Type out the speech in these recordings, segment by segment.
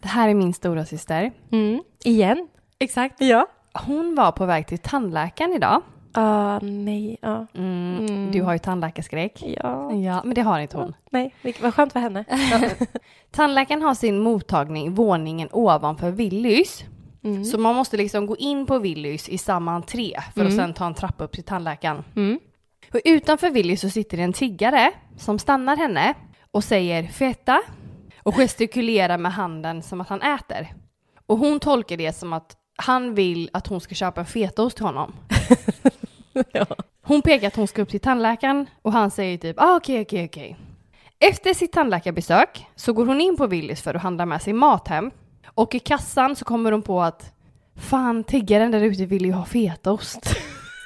Det här är min stora syster. Igen? Exakt. Ja. Hon var på väg till tandläkaren idag. Nej. Ja. Du har ju tandläkarskräck. Ja. Ja, men det har inte hon. Nej, vad skönt för henne. Tandläkaren har sin mottagning våningen ovanför Willys. Så man måste liksom gå in på Willys i samma entré för att sen ta en trappa upp till tandläkaren. Och utanför Willys så sitter det en tiggare som stannar henne och säger feta och gestikulerar med handen som att han äter. Och hon tolkar det som att han vill att hon ska köpa en fetaost till honom. Ja. Hon pekar att hon ska upp till tandläkaren och han säger typ okej. Efter sitt tandläkarbesök så går hon in på Willys för att handla med sig mat hem. Och i kassan så kommer hon på att fan, tiggaren där ute vill ju ha fetaost.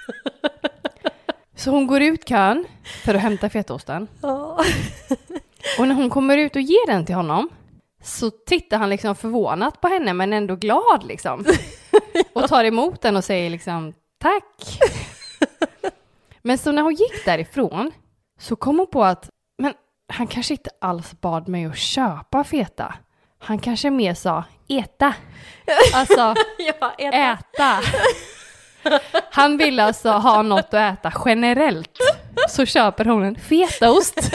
Så hon går ut kön för att hämta fetaosten. Och när hon kommer ut och ger den till honom så tittar han liksom förvånat på henne men ändå glad liksom. Och tar emot den och säger liksom tack. Men så när hon gick därifrån så kom hon på att men han kanske inte alls bad mig att köpa feta. Han kanske mer sa äta. Alltså Ja, äta. Han vill alltså ha något att äta generellt. Så köper hon en fetaost.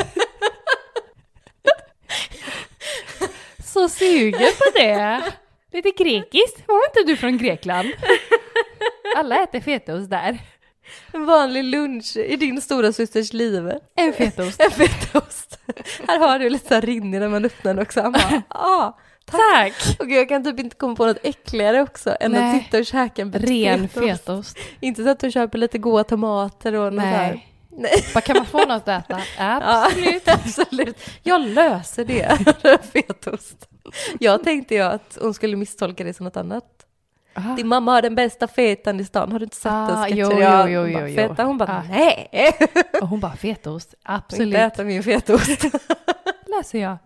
Så sugen på det. Lite grekiskt. Var inte du från Grekland? Alla äter fetaost där. En vanlig lunch i din stora systers liv. En fetaost. En fetaost. Här har du lite så här rinnig när man öppnar den också. Han bara, tack. Och jag kan typ inte komma på något äckligare också än att sitta och käka en ren fetaost. Inte så att du köper lite goda tomater och något där. Nej. Vad kan man få något att äta? Absolut. Ja, absolut. Jag löser det. Fetaost. Jag tänkte ju att hon skulle misstolka det som något annat. Aha. Din mamma har den bästa fetan i stan. Har du inte sett den sketchen? Jo. Feta, hon bara, nej. Och hon bara, fetaost. Absolut. Inte äta min fetaost. Läser jag.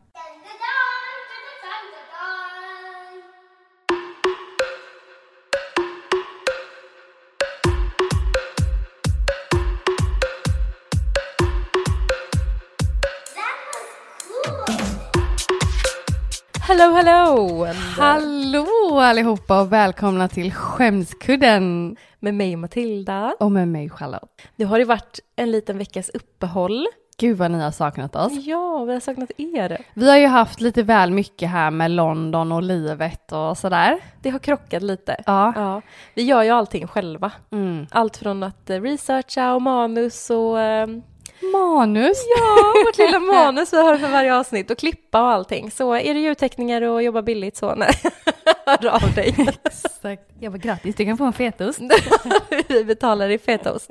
Hallå! Hallå allihopa och välkomna till Skämskudden. Med mig Matilda. Och med mig Charlotte. Nu har det varit en liten veckas uppehåll. Gud vad ni har saknat oss. Ja, vi har saknat er. Vi har ju haft lite väl mycket här med London och livet och sådär. Det har krockat lite. Ja. Vi gör ju allting själva. Allt från att researcha och manus och... Manus? Ja, vårt lilla manus vi har för varje avsnitt och klippa och allting. Så är det ljudteckningar och jobba billigt så nej. Hör av dig. Exakt. Jag var gratis, du kan få en fetaost. Vi betalar i fetaost.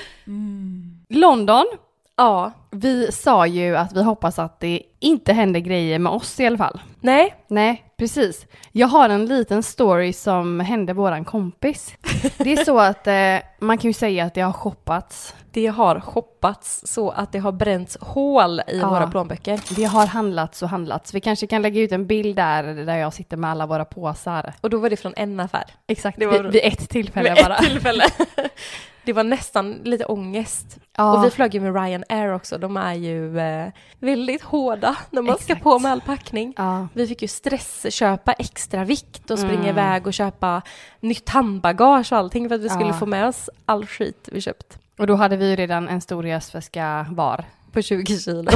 London. Ja. Vi sa ju att vi hoppas att det inte händer grejer med oss i alla fall. Nej, precis. Jag har en liten story som hände våran kompis. Det är så att man kan ju säga att det har shoppats. Det har shoppats så att det har bränts hål i våra plånböcker. Det har handlats och handlats. Vi kanske kan lägga ut en bild där jag sitter med alla våra påsar. Och då var det från en affär. Exakt, det var vid ett tillfälle vid bara. Ett tillfälle. Det var nästan lite ångest. Ja. Och vi flög ju med Ryanair också. De är ju väldigt hårda när man ska på med all packning. Ja. Vi fick ju stressköpa extra vikt och springa iväg och köpa nytt handbagage och allting för att vi skulle få med oss all skit vi köpt. Och då hade vi ju redan en stor resväska var. På 20 kilo.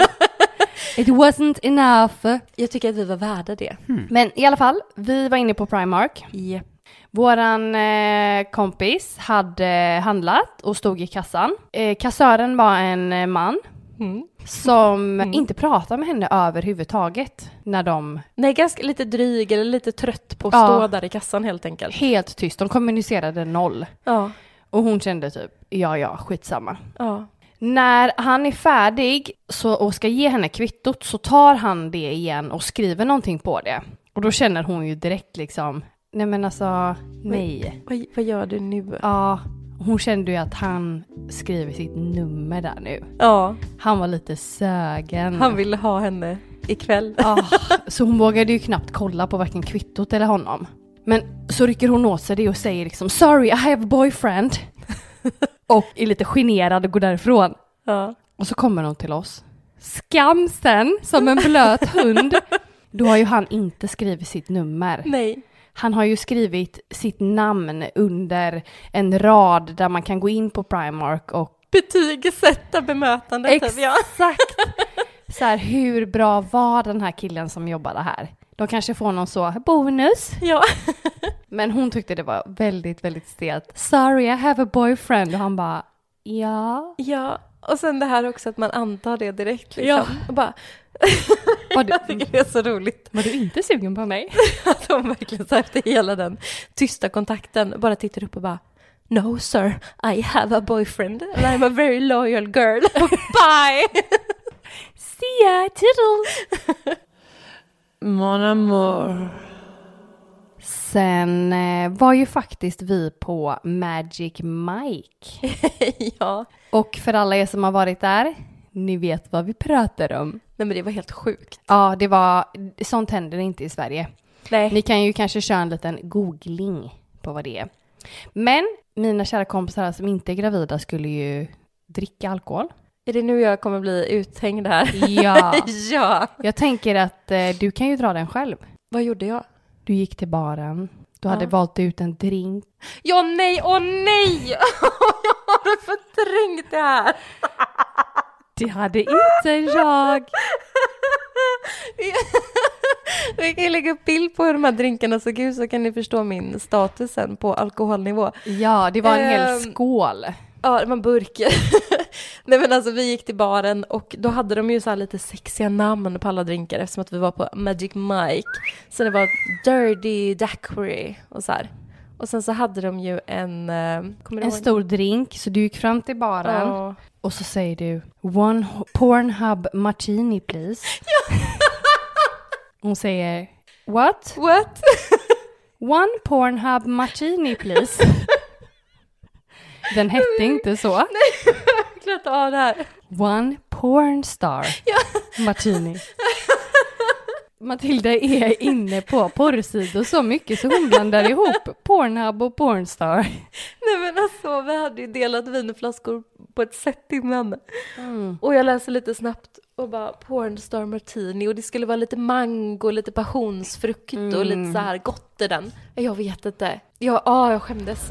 It wasn't enough. Jag tycker att vi var värda det. Men i alla fall, vi var inne på Primark. Yep. Våran kompis hade handlat och stod i kassan. Kassören var en man som inte pratade med henne överhuvudtaget när de... Nej, ganska lite dryg eller lite trött på att stå där i kassan helt enkelt. Helt tyst, de kommunicerade noll. Ja. Och hon kände typ, ja, skitsamma. Ja. När han är färdig och ska ge henne kvittot så tar han det igen och skriver någonting på det. Och då känner hon ju direkt liksom, nej men alltså, nej. Vad gör du nu? Ja, hon kände ju att han skriver sitt nummer där nu. Ja. Han var lite sögen. Han ville ha henne ikväll. Ja, så hon vågade ju knappt kolla på varken kvittot eller honom. Men så rycker hon åt sig det och säger liksom, sorry, I have a boyfriend. Och är lite generad och går därifrån. Ja. Och så kommer hon till oss. Skamsen som en blöt hund. Då har ju han inte skrivit sitt nummer. Nej. Han har ju skrivit sitt namn under en rad där man kan gå in på Primark och betygsätta bemötandet. Exakt. Så här, hur bra var den här killen som jobbade här? De kanske får någon så bonus. Ja. Men hon tyckte det var väldigt, väldigt stelt. Sorry, I have a boyfriend. Och han bara, ja. Ja, och sen det här också att man antar det direkt. Liksom. Ja. Och bara, jag tycker det är så roligt. Var du inte sugen på mig? Att de verkligen så efter hela den tysta kontakten bara tittar upp och bara, no sir, I have a boyfriend and I'm a very loyal girl. Bye! See ya, toodles! Mon amour. Sen var ju faktiskt vi på Magic Mike. Ja. Och för alla er som har varit där, ni vet vad vi pratar om. Nej men det var helt sjukt. Ja, sånt händer inte i Sverige. Nej. Ni kan ju kanske köra en liten googling på vad det är. Men mina kära kompisar som inte är gravida skulle ju dricka alkohol. Är det nu jag kommer bli uthängd här? Ja. Ja. Jag tänker att du kan ju dra den själv. Vad gjorde jag? Du gick till baren. Du hade valt ut en drink. Ja, nej, åh nej! Jag har förträngt det här. Det hade inte jag. Vi kan lägga upp bild på hur de här drinkarna såg ut så kan ni förstå min status sen på alkoholnivå. Ja, det var en hel skål. Ja, det var en burk. Nej men alltså vi gick till baren och då hade de ju så här lite sexiga namn på alla drinkar eftersom att vi var på Magic Mike. Så det var Dirty Daiquiri och så här. Och sen så hade de ju en stor drink, så du gick fram till baren och så säger du one Pornhub martini please. Ja. Hon säger what? One Pornhub martini please. Den hette inte så. Nej, klart av det här. One pornstar martini. Matilda är inne på porrsidor så mycket så hon blandar ihop Pornhub och Pornstar. Nej men alltså, vi hade ju delat vinflaskor på ett sätt innan. Och jag läser lite snabbt och bara Pornstar martini och det skulle vara lite mango, lite passionsfrukt och lite så här gott i den. Jag vet inte. Jag skämdes.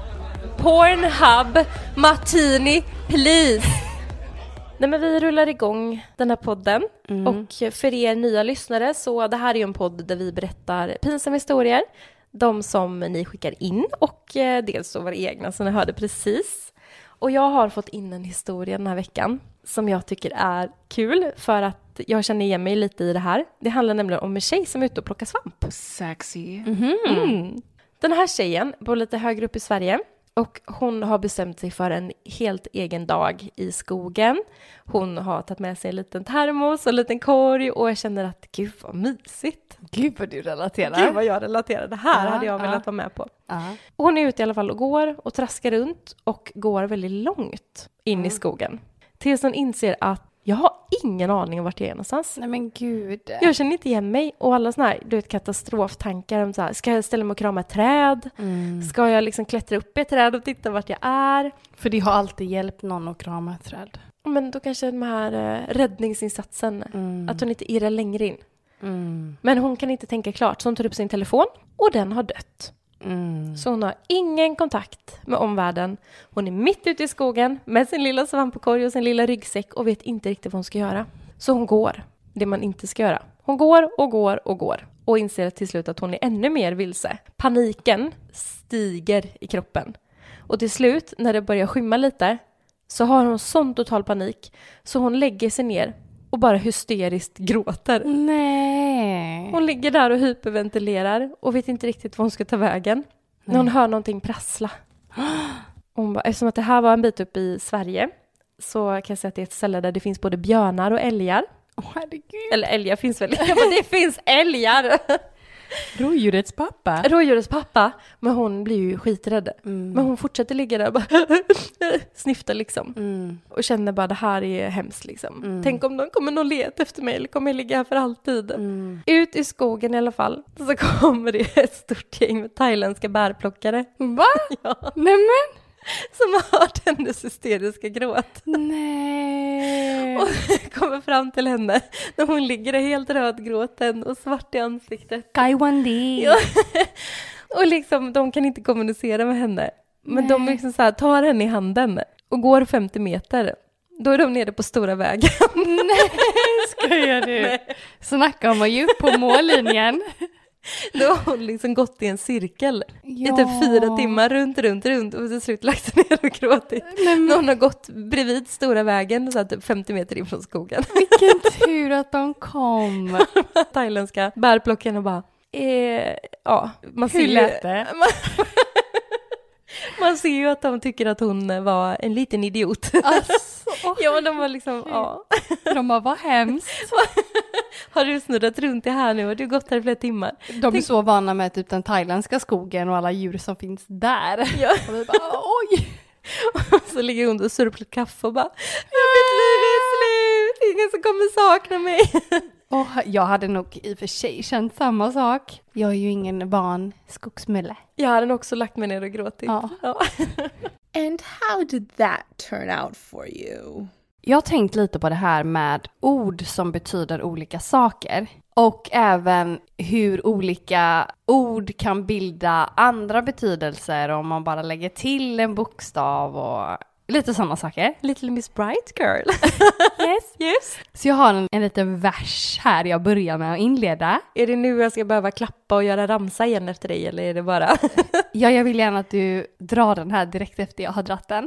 Pornhub martini please. Nej men vi rullar igång den här podden och för er nya lyssnare så det här är ju en podd där vi berättar pinsamma historier, de som ni skickar in och dels så våra egna som ni hörde precis. Och jag har fått in en historia den här veckan som jag tycker är kul för att jag känner igen mig lite i det här. Det handlar nämligen om en tjej som är ute och plockar svamp. Sexy. Den här tjejen bor lite högre upp i Sverige. Och hon har bestämt sig för en helt egen dag i skogen. Hon har tagit med sig en liten termos och en liten korg. Och jag känner att gud vad mysigt. Gud vad du relaterar. Gud vad jag relaterar. Det här hade jag velat vara med på. Och hon är ute i alla fall och går och traskar runt. Och går väldigt långt in i skogen. Tills hon inser att jag har ingen aning om vart jag är någonstans. Nej men gud. Jag känner inte igen mig. Och alla såna här katastroftankar om så här, ska jag ställa mig och krama ett träd? Ska jag liksom klättra upp i ett träd och titta vart jag är? För det har alltid hjälpt någon att krama ett träd. Men då kanske den här räddningsinsatsen, att hon inte irrar längre in. Men hon kan inte tänka klart. Så hon tar upp sin telefon och den har dött. Så hon har ingen kontakt med omvärlden. Hon är mitt ute i skogen med sin lilla svampkorg och sin lilla ryggsäck och vet inte riktigt vad hon ska göra. Så hon går det man inte ska göra. Hon går och går och går och inser till slut att hon är ännu mer vilse. Paniken stiger i kroppen. Och till slut, när det börjar skymma lite, så har hon sån total panik så hon lägger sig ner och bara hysteriskt gråter. Nej. Hon ligger där och hyperventilerar och vet inte riktigt var hon ska ta vägen. När hon hör någonting prassla. Hon bara, eftersom att det här var en bit upp i Sverige så kan jag säga att det är ett ställe där det finns både björnar och älgar. Herregud. Eller älgar finns väl. Ja, men det finns älgar. Rådjurets pappa. Rådjurets pappa. Men hon blir ju skiträdd. Men hon fortsätter ligga där och bara sniftar liksom. Och känner bara det här är hemskt liksom. Tänk om någon leta efter mig eller kommer jag ligga här för alltid. Ut i skogen i alla fall så kommer det ett stort gäng med thailändska bärplockare. Va? Ja. Nämen. som har hört hennes hysteriska gråt. Nej. Och kommer fram till henne när hon ligger helt rödgråten och svart i ansiktet. Kaiwandi. Ja. Och liksom, de kan inte kommunicera med henne. Men de liksom så här, tar henne i handen och går 50 meter. Då är de nere på stora vägen. Nej, skojar du? Nej. Snacka om att ge upp på mållinjen. Då har hon liksom gått i en cirkel i Ja. typ 4 timmar runt och till slut lagt sig ner och gråtit. När hon har gått bredvid stora vägen så här, typ 50 meter in från skogen. Vilken tur att de kom. Thailändska bärplocken och bara ja, man ser Hur ju, lät det? man ser ju att de tycker att hon var en liten idiot. Alltså, Ja, men de var liksom, ja. de bara, vad hemskt. Har du snurrat runt det här nu och du har gått här i flera timmar? De är så vana med typ den thailändska skogen och alla djur som finns där. Ja. Och vi bara, oj. Och så ligger hon och surplar kaffe och bara, mitt liv är slut, ingen som kommer sakna mig. Och jag hade nog i och för sig känt samma sak. Jag är ju ingen van skogsmulle. Jag hade nog också lagt mig ner och gråtit. Ja. Ja. And how did that turn out for you? Jag har tänkt lite på det här med ord som betyder olika saker. Och även hur olika ord kan bilda andra betydelser om man bara lägger till en bokstav och lite sådana saker. Little Miss Bright Girl. Yes. Yes. Så jag har en liten vers här jag börjar med att inleda. Är det nu jag ska behöva klappa och göra ramsa igen efter dig eller är det bara? Ja, jag vill gärna att du drar den här direkt efter jag har dratt den.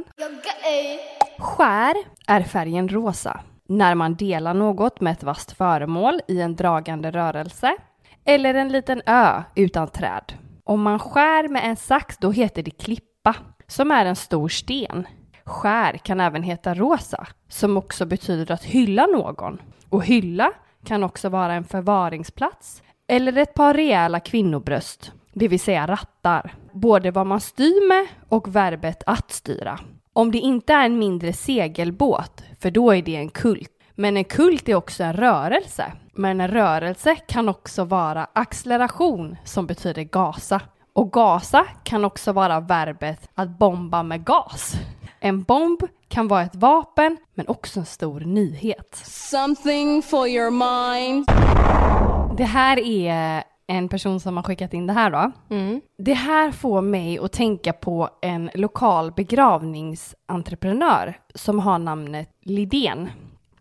Skär är färgen rosa när man delar något med ett vasst föremål i en dragande rörelse eller en liten ö utan träd. Om man skär med en sax då heter det klippa, som är en stor sten. Skär kan även heta rosa, som också betyder att hylla någon. Och hylla kan också vara en förvaringsplats eller ett par rejäla kvinnobröst, det vill säga rattar. Både vad man styr med och verbet att styra. Om det inte är en mindre segelbåt, för då är det en kult. Men en kult är också en rörelse. Men en rörelse kan också vara acceleration, som betyder gasa. Och gasa kan också vara verbet att bomba med gas. En bomb kan vara ett vapen, men också en stor nyhet. Something for your mind. Det här är en person som har skickat in det här då. Det här får mig att tänka på en lokal begravningsentreprenör som har namnet Lidén.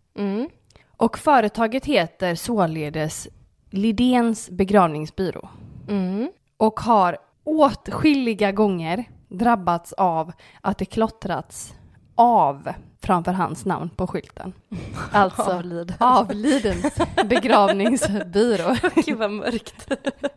Och företaget heter således Lidéns begravningsbyrå. Och har åtskilliga gånger drabbats av att det klottrats av framför hans namn på skylten. Alltså avlidens begravningsbyrå. Gud vad mörkt.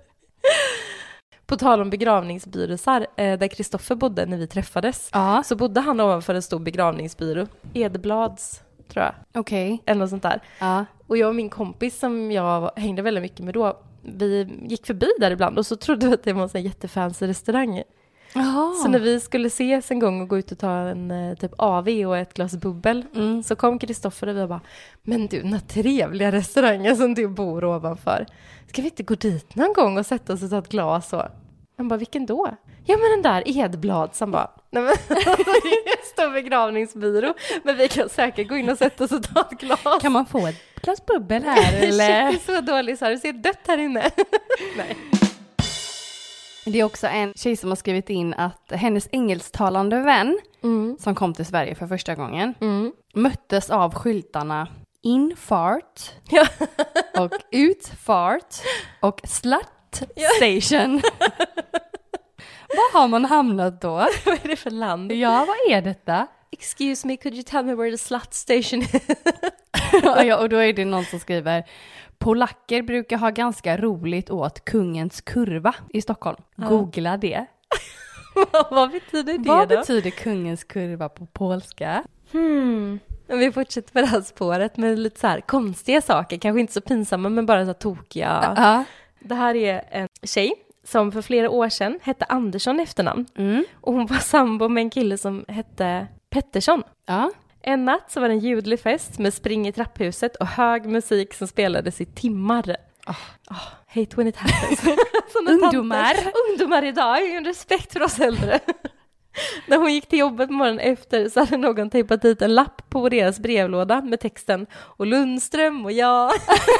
På tal om begravningsbyråsar, där Kristoffer bodde när vi träffades, så bodde han ovanför en stor begravningsbyrå. Edblads, tror jag. Okej. Eller något sånt där. Ja. Och jag och min kompis som jag hängde väldigt mycket med då, vi gick förbi där ibland och så trodde vi att det var en sån jättefancy restaurang. Aha. Så när vi skulle ses en gång och gå ut och ta en typ AV och ett glas bubbel, så kom Kristoffer och vi bara, men du, den här trevliga restaurangen som du bor ovanför, ska vi inte gå dit någon gång och sätta oss och ta ett glas? Och han bara, vilken då? Ja, men den där Edblad. Som bara, nej men det är en stor begravningsbyrå, men vi kan säkert gå in och sätta oss och ta ett glas. Kan man få ett glas bubbel här eller? Det är så dåligt så här, det ser dött här inne. Nej. Det är också en tjej som har skrivit in att hennes engelsktalande vän som kom till Sverige för första gången möttes av skyltarna infart och utfart och slut station. Var har man hamnat då? Vad är det för land? Ja, vad är detta? Excuse me, could you tell me where the slut station is? Ja, och då är det någon som skriver: polacker brukar ha ganska roligt åt Kungens kurva i Stockholm. Googla det. Vad betyder det Vad då? betyder Kungens kurva på polska? Vi fortsätter på det här spåret med lite så här konstiga saker. Kanske inte så pinsamma, men bara så här tokiga. Det här är en tjej som för flera år sedan hette Andersson i efternamn. Och hon var sambo med en kille som hette Pettersson. Ja. En natt så var det en ljudlig fest med spring i trapphuset och hög musik som spelades i timmar. Hate when it happens. Ungdomar. Ungdomar idag, en respekt för oss äldre. När hon gick till jobbet morgonen efter så hade någon tejpat dit en lapp på deras brevlåda med texten och Lundström och jag.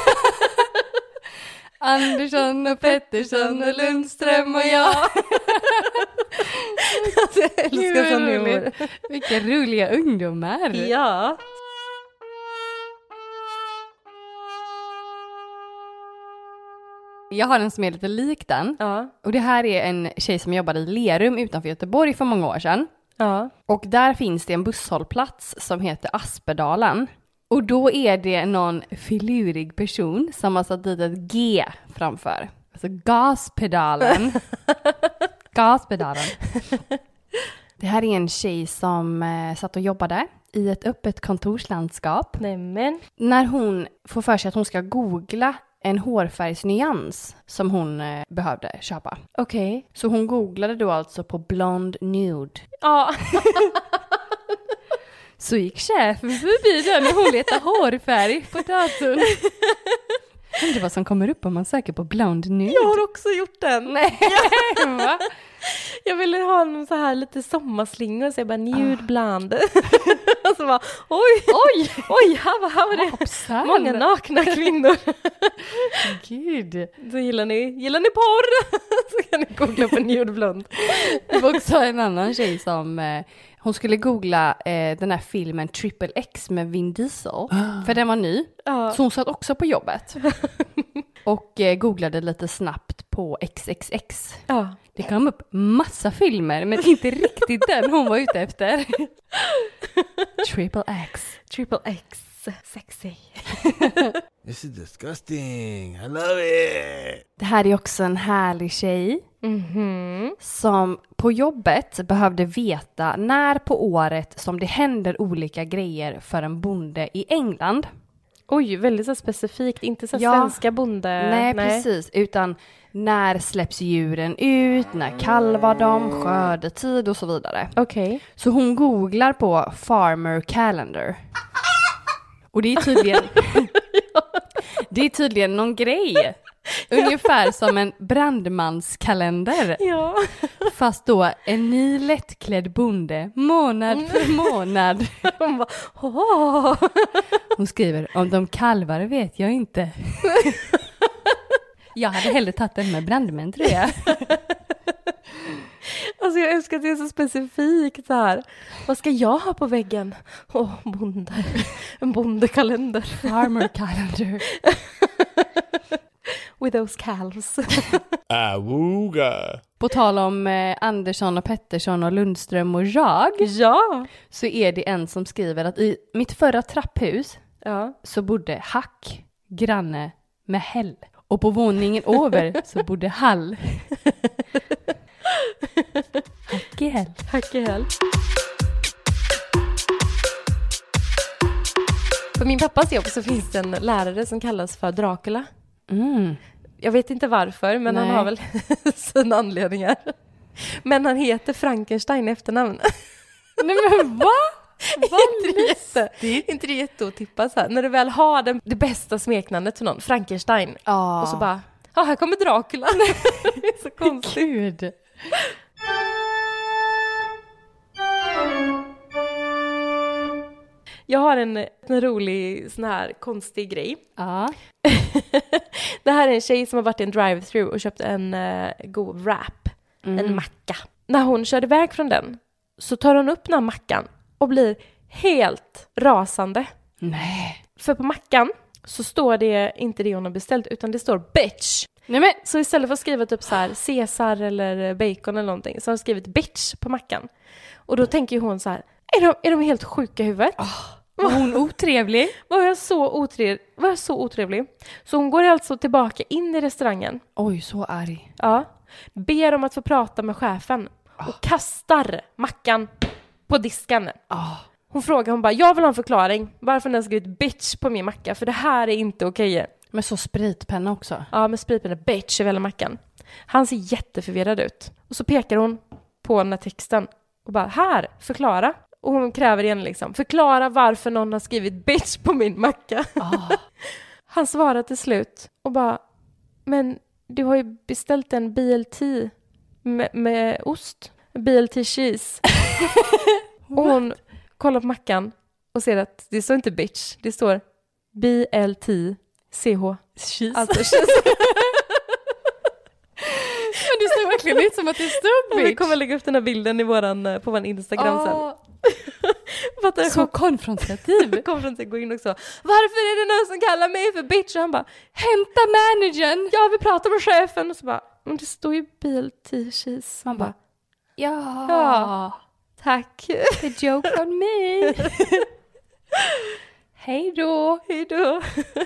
Andersson och Pettersson och Lundström och jag. Alltså, jag älskar sån humor. Vilka roliga ungdomar. Ja. Jag har en som är lite lik den. Ja. Och det här är en tjej som jobbade i Lerum utanför Göteborg för många år sedan. Ja. Och där finns det en busshållplats som heter Aspedalen. Och då är det någon filurig person som har satt dit ett G framför. Alltså gaspedalen. Gaspedalen. Det här är en tjej som satt och jobbade i ett öppet kontorslandskap. Nämen. När hon får för sig att hon ska googla en hårfärgsnyans som hon behövde köpa. Okej. Så hon googlade då alltså på blond nude. Ja. Så gick chefen förbi den när hon letade hårfärg på datorn. Undrar vad som kommer upp om man söker på blond nude. Jag har också gjort den. Nej, va? Jag ville ha en så här lite sommarslingor så jag bara nude blond. Och så bara oj, här var det Hoppsan. många nakna kvinnor. Gud. Så gillar ni porr? Så kan ni googla på nude blond. Det var också en annan tjej som hon skulle googla den här filmen Triple X med Vin Diesel. För den var ny. Ja. Så hon satt också på jobbet. Och googlade lite snabbt på XXX. Ja. Det kom upp massa filmer, men inte riktigt den hon var ute efter. Triple X. Sexy. This is disgusting. I love it. Det här är också en härlig tjej Mhm. som på jobbet behövde veta när på året som det händer olika grejer för en bonde i England. Oj, väldigt så specifikt. Inte så Ja. svenska bonde. Nej, precis. Utan när släpps djuren ut, när kalvar de, skördetid och så vidare. Okej. Så hon googlar på Farmer Calendar. Och det är tydligen, det är tydligen någon grej. Ungefär som en brandmanskalender. Ja. Fast då en ny lättklädd bonde månad för månad. Hon bara, åh. Hon skriver, om de kalvar vet jag inte. Jag hade hellre tagit den med brandmän, tror jag. Alltså jag älskar att det är så specifikt så här. Vad ska jag ha på väggen? Bonde. En bondekalender. Farmer Calendar. With those calves. Awooga. På tal om Andersson och Pettersson och Lundström och jag, Ja. så är det en som skriver att i mitt förra trapphus Ja. så bodde Hack, granne med Häll. Och på våningen över så bodde Hall. Hack i Häll. Tack i hell. På min pappas jobb så finns det en lärare som kallas för Dracula. Mm. Jag vet inte varför, men Nej. han har väl sina anledningar. Men han heter Frankenstein i efternamn. Nej men va? Inte det jätte att tippa så här. När du väl har det bästa smeknamnet för någon, Frankenstein. Ja. Och så bara, ja här kommer Dracula. Det är så konstigt. Gud. Jag har en rolig sån här konstig grej. Ja. Det här är en tjej som har varit i en drive-thru och köpt en god wrap. En macka. När hon körde iväg från den så tar hon upp den här mackan och blir helt rasande. Nej. För på mackan så står det inte det hon har beställt utan det står bitch. Nej men. Så istället för att skriva typ så här Caesar eller bacon eller någonting så har hon skrivit bitch på mackan. Och då tänker ju hon så här, är de helt sjuka i huvudet? Var hon otrevlig? Var jag så otrevlig? Så hon går alltså tillbaka in i restaurangen. Oj, så arg. Ja. Ber om att få prata med chefen. Och kastar mackan på disken. Hon frågar, hon bara, jag vill ha en förklaring. Varför den har skrivit bitch på min macka. För det här är inte okej. Men så spritpenna också. Ja, med spritpenna bitch över hela mackan. Han ser jätteförvirrad ut. Och så pekar hon på den här texten. Och bara, här, förklara. Och hon kräver igen liksom, förklara varför någon har skrivit bitch på min macka. Han svarar till slut och bara, men du har ju beställt en BLT med ost. BLT cheese. Och hon kollar på mackan och ser att det står inte bitch. Det står BLT CH. Cheese. Alltså cheese. Men det ser verkligen ut som att det stod Vi bitch. kommer lägga upp den här bilden på vår Instagram sen. Fattar jag? Så konfrontativ. Kommer från att gå in också. Varför är det någon som kallar mig för bitch? Och han bara, Hämta managern. ja vi pratar med chefen. Och så bara, men det står ju BLT cheese. Man bara, ja. Ja. Tack. The joke on me. Hej då. Hej då.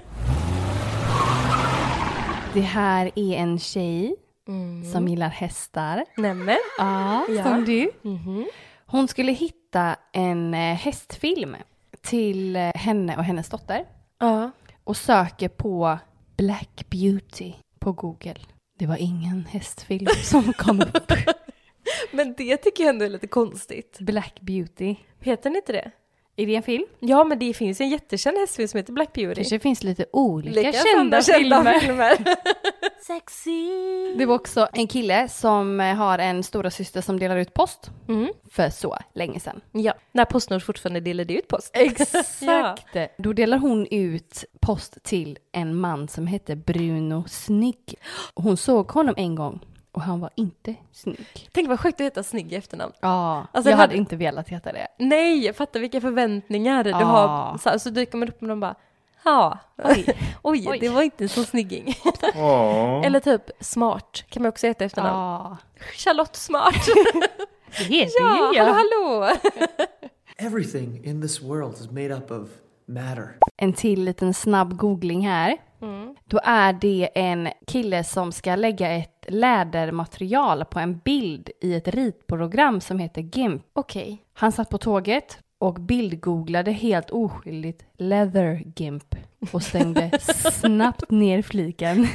Det här är en tjej som gillar hästar. Nämen. Ja, Ja. som du. Mhm. Hon skulle hitta en hästfilm till henne och hennes dotter. Ja. Och söker på Black Beauty på Google. Det var ingen hästfilm som kom upp. Men det tycker jag ändå är lite konstigt. Black Beauty. Heter ni inte det? Är det en film? Ja, men det finns ju en jättekänd hästfilm som heter Black Beauty. Kanske finns lite olika Lika kända filmer. Sexy. Det var också en kille som har en stora syster som delar ut post Mm. för så länge sedan. Ja, när Postnord fortfarande delade ut post. Exakt. Då delar hon ut post till en man som heter Bruno Snygg. Hon såg honom en gång och han var inte snygg. Tänk vad sjukt att heta Snygg i efternamn. Ja, Alltså, jag det hade hade- inte velat heta det. Nej, jag fattar vilka förväntningar du Ja. har. Så dyker man upp med dem bara, ja, Oj. oj, Oj. det var inte så snygging. Eller typ Smart, kan man också heta efternamn. Ja, Charlotte Smart. det heter Ja, ju jag. hallå. Everything in this world is made up of matter. En till liten snabb googling här. Då är det en kille som ska lägga ett lädermaterial på en bild i ett ritprogram som heter GIMP. Okej. Han satt på tåget och bildgooglade helt oskyldigt leather GIMP och stängde snabbt ner fliken.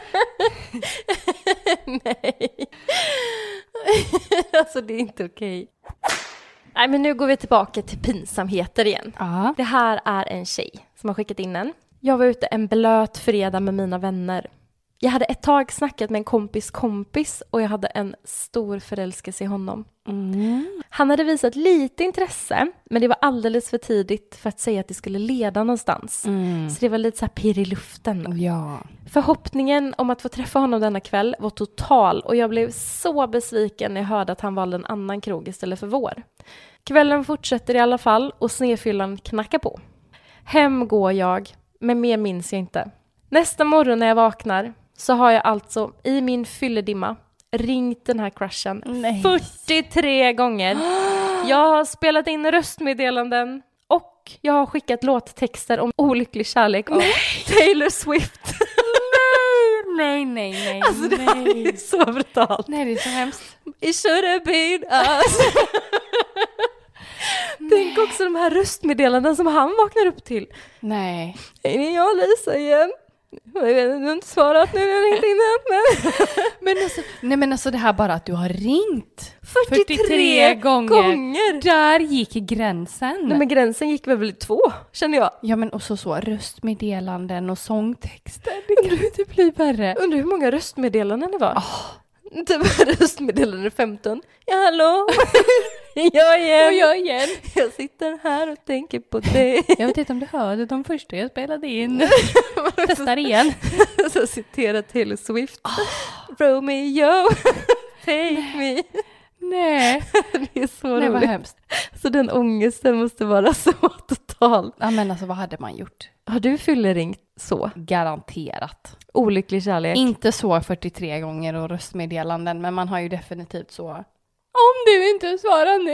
Nej. Alltså det är inte okej. Nej, men nu går vi tillbaka till pinsamheter igen. Ja. Det här är en tjej som har skickat in en. Jag var ute en blöt fredag med mina vänner. Jag hade ett tag snackat med en kompis och jag hade en stor förälskelse i honom. Han hade visat lite intresse, men det var alldeles för tidigt för att säga att det skulle leda någonstans. Så det var lite så här pirr i luften. Ja. Förhoppningen om att få träffa honom denna kväll var total och jag blev så besviken när jag hörde att han valde en annan krog istället för vår. Kvällen fortsätter i alla fall och snedfyllan knackar på. Hem går jag, men mer minns jag inte. Nästa morgon när jag vaknar så har jag alltså i min fylledimma ringt den här crushen 43 gånger. Jag har spelat in röstmeddelanden och jag har skickat låttexter om olycklig kärlek av Taylor Swift. Nej. Alltså det här är så brutalt. Nej, det är så hemskt. It should have been us. Tänk också de här röstmeddelanden som han vaknar upp till. Nej. Hej, det är jag Lisa igen. Jag vet inte, du har inte svarat nu när jag ringt innan. Men alltså det här bara att du har ringt 43 gånger. Där gick gränsen. Nej, men gränsen gick väl 2, känner jag. Ja, men och så röstmeddelanden och sångtexter. Det kan inte bli värre. Undrar hur många röstmeddelanden det var. Typ röstmeddelande 15. Ja, hallå. jag igen. Jag sitter här och tänker på dig. Jag vet inte om du hörde de första jag spelade in. Testar igen. Så citerar Taylor Swift. Romeo, take me. Nej. Det är så Nej, vad roligt. hemskt. Så den ångesten måste vara så total. Ja, men alltså vad hade man gjort? Har du fylleringt så? Garanterat. Olycklig kärlek. Inte så 43 gånger och röstmeddelanden, men man har ju definitivt så. Om du inte svarar nu.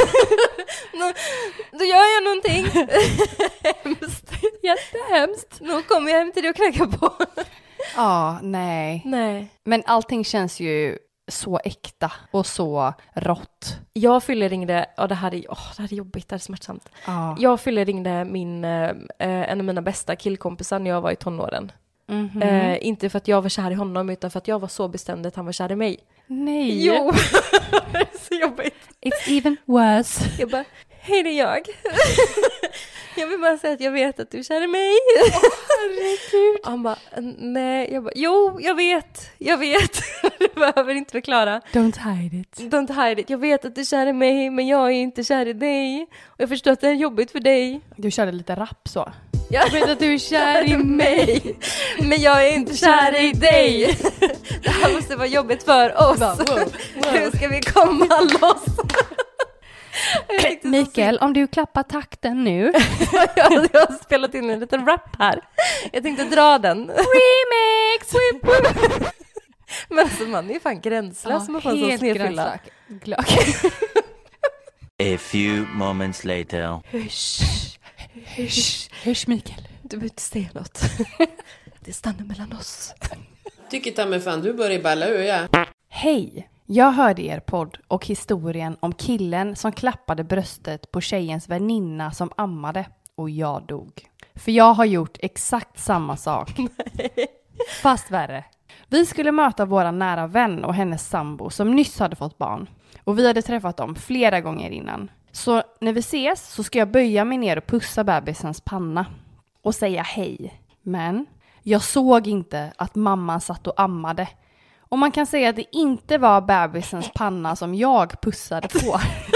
Då gör jag någonting. Hemskt. Jättehemskt. Nu kommer jag hem till dig och knackar på. Ja, nej. Nej. Men allting känns ju så äkta och så rått. Jag fyllringde, det här är jobbigt, det här är smärtsamt. Ja. Jag fyllringde en av mina bästa killkompisar när jag var i tonåren. Inte för att jag var kär i honom, utan för att jag var så bestämd att han var kär i mig. Nej. Jo, det är så jobbigt. It's even worse. Jag bara, Hej, det är jag. Jag vill bara säga att jag vet att du känner mig. Herregud. Han bara, nej. Jag bara, jo, jag vet. Du behöver inte förklara. Don't hide it. Jag vet att du känner mig, men jag är inte kär i dig. Och jag förstår att det är jobbigt för dig. Du körde lite rap så. Jag vet att du är kär i mig. Men jag är inte kär i dig. Det här måste vara jobbigt för oss. Wow. Hur ska vi komma loss? Mikael, om du klappar takten nu. Jag har spelat in en liten rap här. Jag tänkte dra den. Remix! Men alltså man är ju fan gränslös som man får en sån snedfylla. A few moments later. Hysch Mikael. Du behöver inte säga något. Det stannar mellan oss. Tycker ta mig fan du börjar balla ur, ja. Hej! Jag hörde er podd och historien om killen som klappade bröstet på tjejens väninna som ammade och jag dog. För jag har gjort exakt samma sak. Fast värre. Vi skulle möta våra nära vän och hennes sambo som nyss hade fått barn. Och vi hade träffat dem flera gånger innan. Så när vi ses så ska jag böja mig ner och pussa bebisens panna. Och säga hej. Men jag såg inte att mamman satt och ammade. Och man kan säga att det inte var bebisens panna som jag pussade på.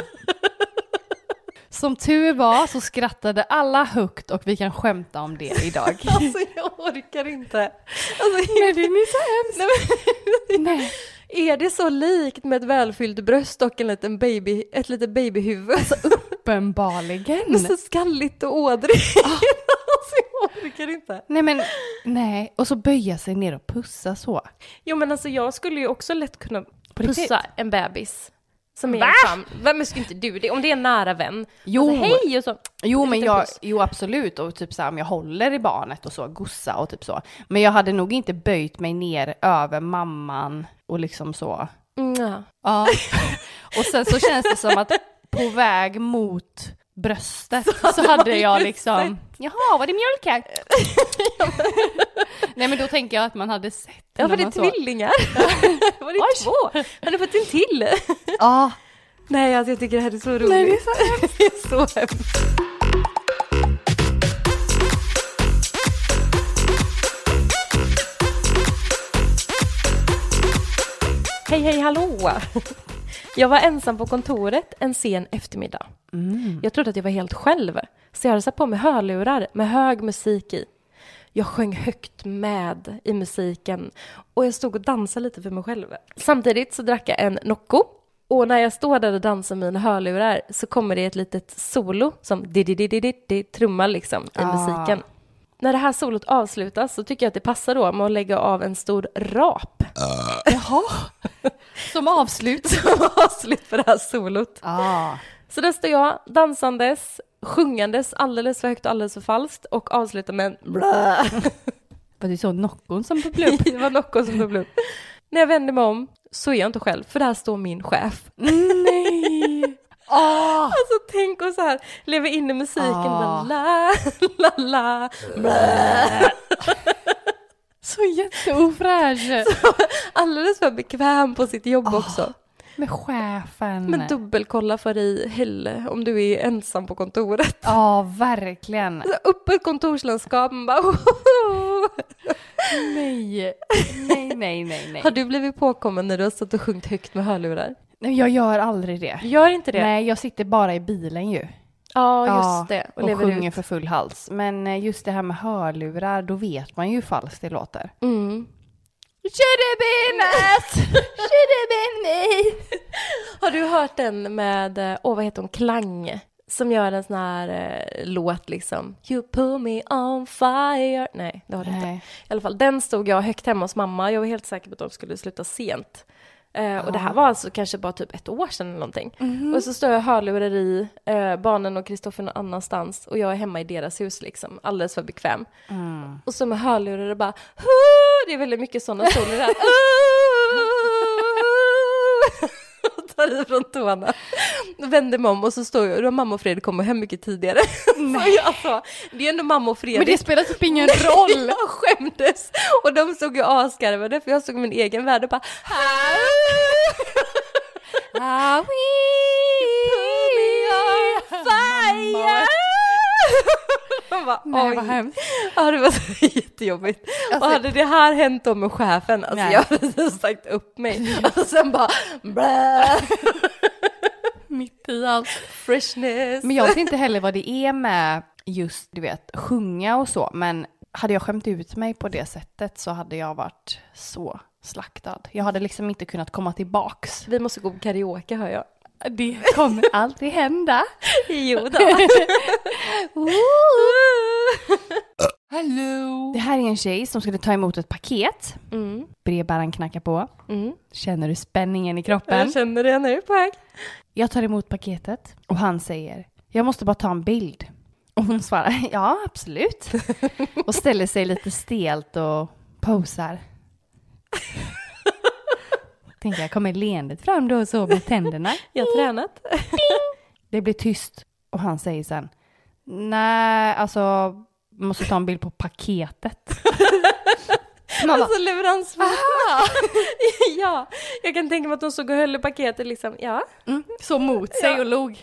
Som tur var så skrattade alla högt och vi kan skämta om det idag. Alltså jag orkar inte. Alltså, Nej, det är så hemskt. Nej. Är det så likt med ett välfyllt bröst och en liten ett litet babyhuvud? Alltså, uppenbarligen. Så skalligt och ådrigt. Alltså jag orkar inte. Nej. Och så böja sig ner och pussa så. Jo men alltså jag skulle ju också lätt kunna pussa en bebis. Som är Va? en famn. Vem skulle inte du det? Om det är en nära vän. Jo, alltså, hej och så. Jo absolut. Och typ så här, om jag håller i barnet och så, gossa och typ så. Men jag hade nog inte böjt mig ner över mamman och liksom så. Ja. Och sen så känns det som att på väg mot bröstet så hade jag liksom, jaha, var det mjölk här? Nej men då tänker jag att man hade sett. Ja, var det tvillingar? Var det två? Har du fått en till? Ja. Nej, alltså jag tycker det här är så roligt. Nej, det är så hemskt. Det är så hemskt. Hej, hallå! Jag var ensam på kontoret en sen eftermiddag. Jag trodde att jag var helt själv. Så jag hade satt på mig hörlurar med hög musik i. Jag sjöng högt med i musiken. Och jag stod och dansade lite för mig själv. Samtidigt så drack jag en Nocco. Och när jag står där och dansar med mina hörlurar så kommer det ett litet solo som trummar liksom i musiken. När det här solot avslutas så tycker jag att det passar då med att lägga av en stor rap. Jaha. Som avslut. Som avslut för det här solot. Så där står jag dansandes, sjungandes alldeles för högt och alldeles för falskt och avslutar med en blä. Var det så Noccon som bubblade upp? Det var Noccon som bubblade upp. När jag vänder mig om så är jag inte själv, för där står min chef. Nej! Alltså tänk och så här, leva in i musiken. La. Så jätteofräsch. Alldeles för bekväm på sitt jobb också. Med chefen. Men dubbelkolla för dig Helle om du är ensam på kontoret. Ja, verkligen. Så upp ett kontorslandskap och bara Nej. Har du blivit påkommen när du har stått och sjungit högt med hörlurar? Nej, jag gör aldrig det. Gör inte det? Nej, jag sitter bara i bilen ju. Ja, just det. Och sjunger för full hals. Men just det här med hörlurar, då vet man ju hur falskt det låter. Should have been us! Should have been me! Har du hört den med, vad heter hon, Klang? Som gör en sån här låt liksom. You put me on fire. Nej, det har du inte. I alla fall, den stod jag högt hemma hos mamma. Jag var helt säker på att de skulle sluta sent. Och det här var alltså kanske bara typ 1 år sedan eller någonting. Och så står jag hörlurar i barnen och Kristoffer någon annanstans. Och jag är hemma i deras hus liksom. Alldeles för bekväm. Och så med hörlurar och bara det är väldigt mycket sådana toner där. Och tar i från tårna. Vänder mig om och så står jag. Och mamma och Fredrik kommer hem mycket tidigare. Så alltså, det är ändå mamma och Fredrik. Men det spelar typ ingen roll. Jag skämdes. Och de såg ju asgarvade. För jag såg min egen värld och bara we put me on fire. säga? Man bara, Nej, vad hemskt. Ja, det var så jättejobbigt. Alltså, och hade det här hänt då med chefen, alltså nej. jag hade sagt upp mig. Och sen bara, blä. Mitt i allt. Freshness. Men jag vet inte heller vad det är med just, du vet, sjunga och så. Men hade jag skämt ut mig på det sättet så hade jag varit så slaktad. Jag hade liksom inte kunnat komma tillbaks. Vi måste gå på karaoke, hör jag. Det kommer aldrig hända. Jo då. Hello. Det här är en tjej som skulle ta emot ett paket. Mm. Brevbäraren knackar på. Mm. Känner du spänningen i kroppen? Jag känner det nu på väg. Jag tar emot paketet och han säger, jag måste bara ta en bild. Och hon svarar, ja absolut. Och ställer sig lite stelt och posar. Tänker jag, kommer leendet fram då och så med tänderna? Jag har tränat. Det blir tyst och han säger sen, nej alltså, måste ta en bild på paketet. Man bara, Alltså leveransvakt. Ja, jag kan tänka mig att de såg och höll i paketet liksom. Ja. så mot sig och log.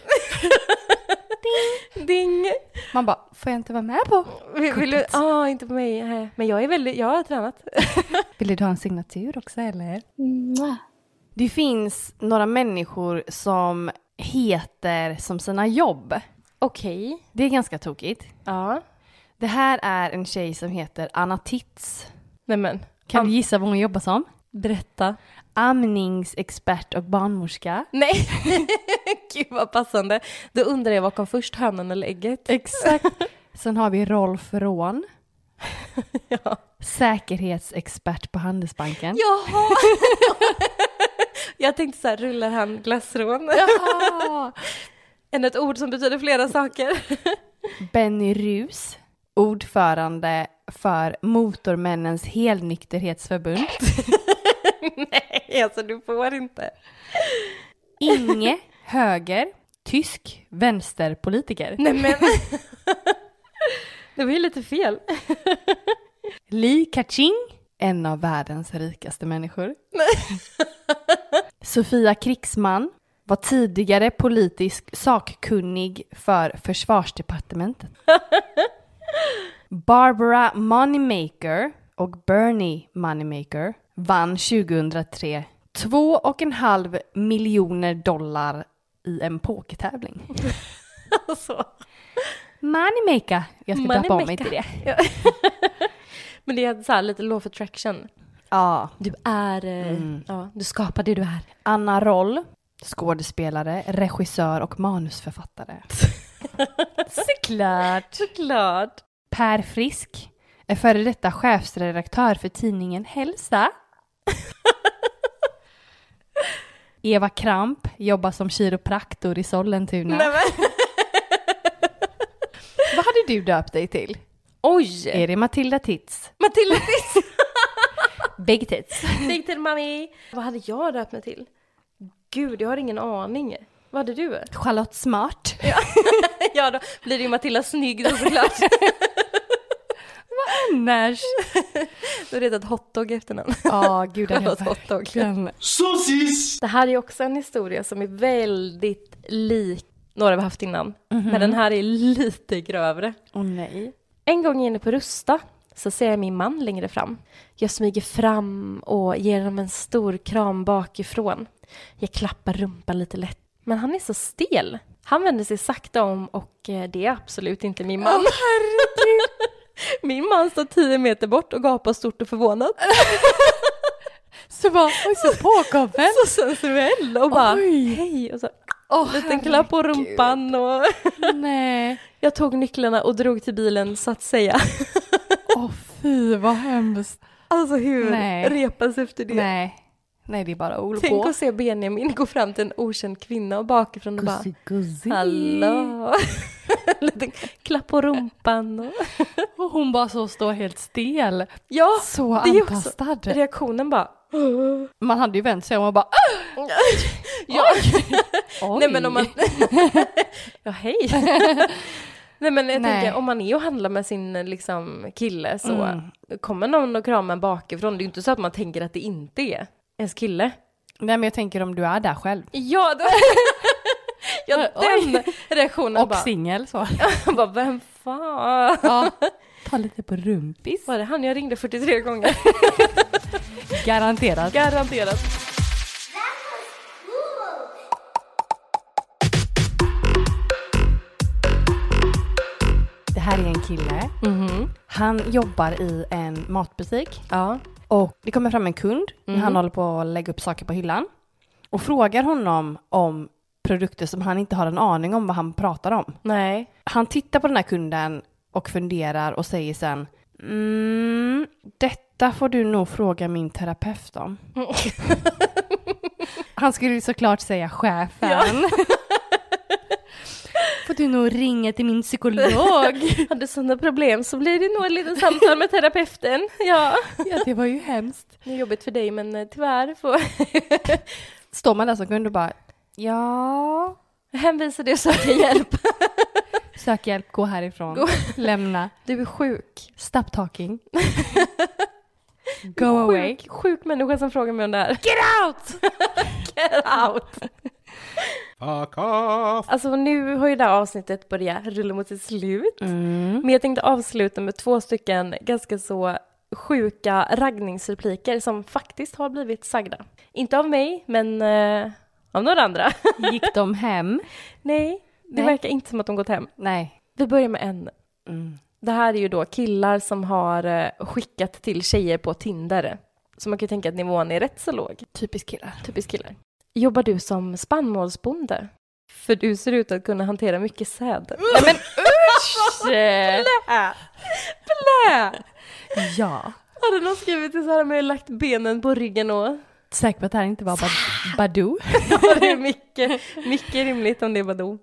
Ding. Man bara, får jag inte vara med på? Vill du? Inte på mig. Nej. Men jag har tränat. Vill du ha en signatur också eller? Det finns några människor som heter som sina jobb. Okej. Det är ganska tokigt. Ja. Det här är en tjej som heter Anna Titz. Nej men. Kan du gissa vad hon jobbar som? Berätta. Amningsexpert och barnmorska. Nej. Gud vad passande. Då undrar jag vad kom först, hönan eller ägget? Exakt. Sen har vi Rolf Rån. Ja. Säkerhetsexpert på Handelsbanken. Jaha. Jag tänkte så här, rullar han glassrån? Jaha. Än ett ord som betyder flera saker. Benny Rus. Ordförande för Motormännens helnykterhetsförbund. Nej, alltså du får inte. Inge Höger. Tysk vänsterpolitiker. Nej men. Det var ju lite fel. Li Ka-ching. En av världens rikaste människor. Sofia Krigsman var tidigare politisk sakkunnig för försvarsdepartementet. Barbara Moneymaker och Bernie Moneymaker vann 2003 $2,5 miljoner i en pokertävling. Alltså. Moneymaker. Jag ska döpa om mig till det. Ja. Men det är så här lite law of attraction. Ja. Du är, du skapar det du är. Anna Roll, skådespelare, regissör och manusförfattare. Såklart. Per Frisk är före detta chefsredaktör för tidningen Hälsa. Eva Kramp jobbar som kiropraktor i Sollentuna. Nej, men. Vad hade du döpt dig till? Oj! Är det Matilda Titz? Matilda Titz! Big Tits. Big till mami! Vad hade jag döpt mig till? Gud, jag har ingen aning. Vad hade du? Charlotte Smart. Ja, då blir det ju Matilda Snygg då såklart. Annars. Du har retat hotdog efternamn. Ja, gud det Charlotte är Hotdog. verkligen. Sosis! Det här är också en historia som är väldigt lik några vi haft innan. Men den här är lite grövre. Åh nej. En gång inne på Rusta så ser jag min man längre fram. Jag smyger fram och ger honom en stor kram bakifrån. Jag klappar rumpan lite lätt. Men han är så stel. Han vänder sig sakta om och det är absolut inte min man. Min man står 10 meter bort och gapar stort och förvånad. Så bara, oj så påkommen. Så sensuell och bara, Oj. hej. Och så, liten klapp på rumpan och Nej. jag tog nycklarna och drog till bilen så att säga. Fy vad hemskt. Alltså hur Nej. repas efter det? Nej, det är bara ord Tänk på. att se Benjamin gå fram till en okänd kvinna och bakifrån och bara, Guzzi. hallå. Lite klapp på rumpan. Och hon bara så står helt stel. Ja, Så det är också antastad. reaktionen bara. Man hade ju vänt sig om och bara Ja. oj. Nej men om man ja hej. Nej men jag Nej. tänker om man är och handlar med sin liksom kille så kommer någon och kramar bakifrån. Det är ju inte så att man tänker att det inte är ens kille. Nej men jag tänker om du är där själv. Ja, då... Ja, den reaktionen Och bara. singel så. Jag bara, vem fan? Ja, ta lite på rumpis. Var det han jag ringde 43 gånger? Garanterat. Garanterat. Det här är en kille. Han jobbar i en matbutik. Ja. Och det kommer fram en kund när han håller på att lägga upp saker på hyllan. Och frågar honom om produkter som han inte har en aning om vad han pratar om. Nej. Han tittar på den här kunden och funderar och säger sen detta får du nog fråga min terapeut om. Han skulle såklart säga chefen. Ja. Får du nog ringa till min psykolog. Har du sådana problem så blir det nog ett litet samtal med terapeuten. Ja. Ja, det var ju hemskt. Det är jobbigt för dig men tyvärr får... Står man där som kund och bara ja... Hänvisar du söker hjälp. Sök hjälp, gå härifrån. Lämna. Du är sjuk. Stop talking. Go away. Sjuk människa som frågar mig om det här. Get out! Get out! Fuck off! Alltså nu har ju det här avsnittet börjat rulla mot sitt slut. Men jag tänkte avsluta med 2 stycken ganska så sjuka raggningsrepliker som faktiskt har blivit sagda. Inte av mig, men av några andra. Gick de hem? Nej, det verkar inte som att de gått hem. Nej. Vi börjar med en. Det här är ju då killar som har skickat till tjejer på Tinder. Så man kan ju tänka att nivån är rätt så låg. Typiskt killar. Typiskt killar. Jobbar du som spannmålsbonde? För du ser ut att kunna hantera mycket säd. Nej men usch! Blä! Ja. Hade någon skrivit det så här med lagt benen på ryggen och... Säker på att det här inte var Badoo? Ja, det är mycket rimligt om det är Badoo.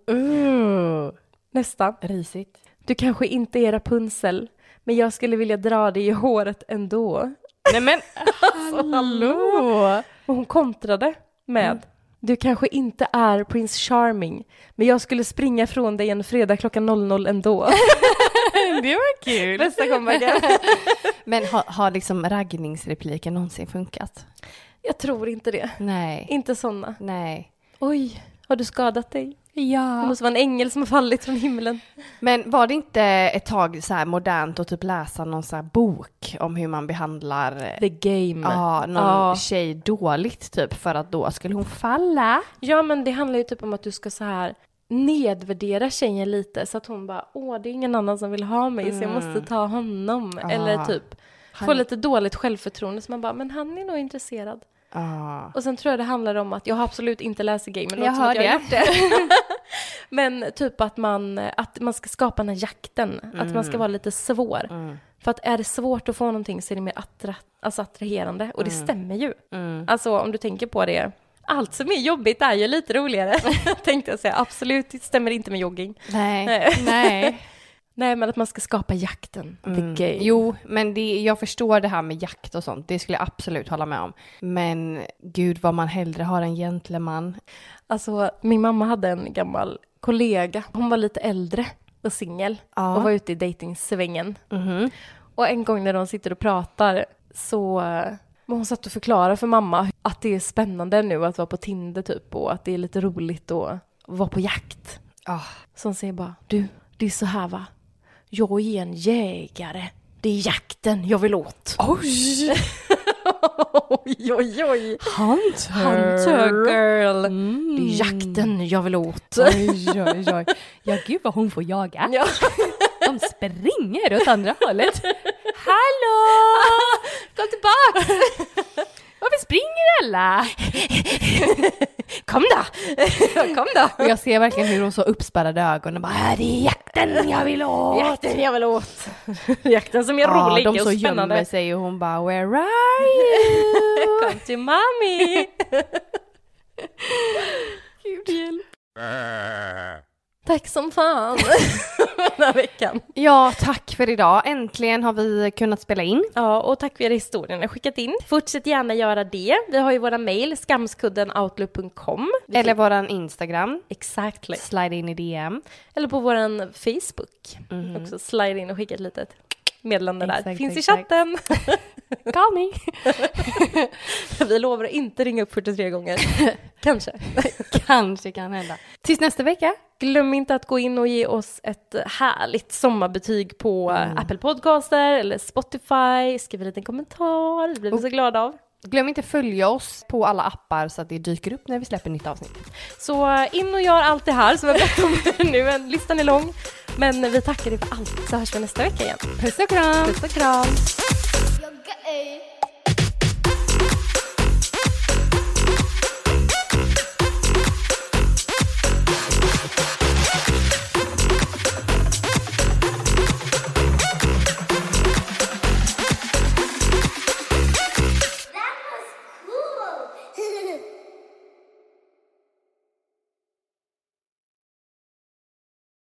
Nästa. Risigt. Du kanske inte är Rapunzel, men jag skulle vilja dra dig i håret ändå. Nej men, hallå! Och hon kontrade med du kanske inte är Prince Charming, men jag skulle springa från dig en fredag klockan 00 ändå. Det var kul. Bästa comebacken. Men har liksom raggningsrepliken någonsin funkat? Jag tror inte det. Nej. Inte såna. Nej. Oj, har du skadat dig? Det Ja. måste vara en ängel som har fallit från himlen. Men var det inte ett tag så här modernt att typ läsa någon så här bok om hur man behandlar The game. någon tjej dåligt typ för att då skulle hon falla? Ja, men det handlar ju typ om att du ska så här nedvärdera tjejen lite så att hon bara, det är ingen annan som vill ha mig så jag måste ta honom. Eller typ få lite dåligt självförtroende så man bara, men han är nog intresserad. Och sen tror jag det handlar om att jag har absolut inte läst game, men jag hör det. Men typ att man ska skapa den här jakten, att man ska vara lite svår. För att är det svårt att få någonting så är det mer attraherande och det stämmer ju. Alltså om du tänker på det, allt som är jobbigt är ju lite roligare. Tänkte jag säga, absolut det stämmer inte med jogging. Nej. Nej, men att man ska skapa jakten. The game. Jo, men jag förstår det här med jakt och sånt. Det skulle jag absolut hålla med om. Men gud vad man hellre har en gentleman. Alltså, min mamma hade en gammal kollega. Hon var lite äldre och singel. Och var ute i dejtingsvängen. Och en gång när de sitter och pratar så... hon satt och förklarade för mamma att det är spännande nu att vara på Tinder typ. Och att det är lite roligt att vara på jakt. Så hon säger bara, du, det är så här va. Jag är en jägare. Det är jakten jag vill åt. Oj! Oj. Hunter girl. Det är jakten jag vill åt. Oj. Ja, gud vad hon får jaga. Ja. De springer åt andra hållet. Hallå! Kom tillbaka! Varför springer alla? Kom då! Och jag ser verkligen hur hon så uppspärrade ögon och bara, det är jakten jag vill åt. Jakten jag vill åt. Jakten som är rolig och de så spännande. gömmer sig och hon bara, where are you? Kom till mommy. Gud hjälp. Tack som fan den här veckan. Ja, tack för idag. Äntligen har vi kunnat spela in. Ja, och tack för era historier ni har skickat in. Fortsätt gärna göra det. Vi har ju våra mejl, skamskudden@outlook.com. Eller våran Instagram. Exactly. Slide in i DM. Eller på våran Facebook. Också slide in och skicka ett litet meddelande där. Exakt, Finns exakt. i chatten. Call me. Vi lovar att inte ringa upp 43 gånger. Kanske. Kanske kan hända. Tills nästa vecka. Glöm inte att gå in och ge oss ett härligt sommarbetyg på Apple Podcaster eller Spotify. Skriv en liten kommentar, det blir vi så glada av. Glöm inte följa oss på alla appar så att det dyker upp när vi släpper nytt avsnitt. Så in och gör allt det här som jag berättat om nu. Listan är lång. Men vi tackar dig för allt, så hörs vi nästa vecka igen. Puss och kram! Puss och kram! You're gay.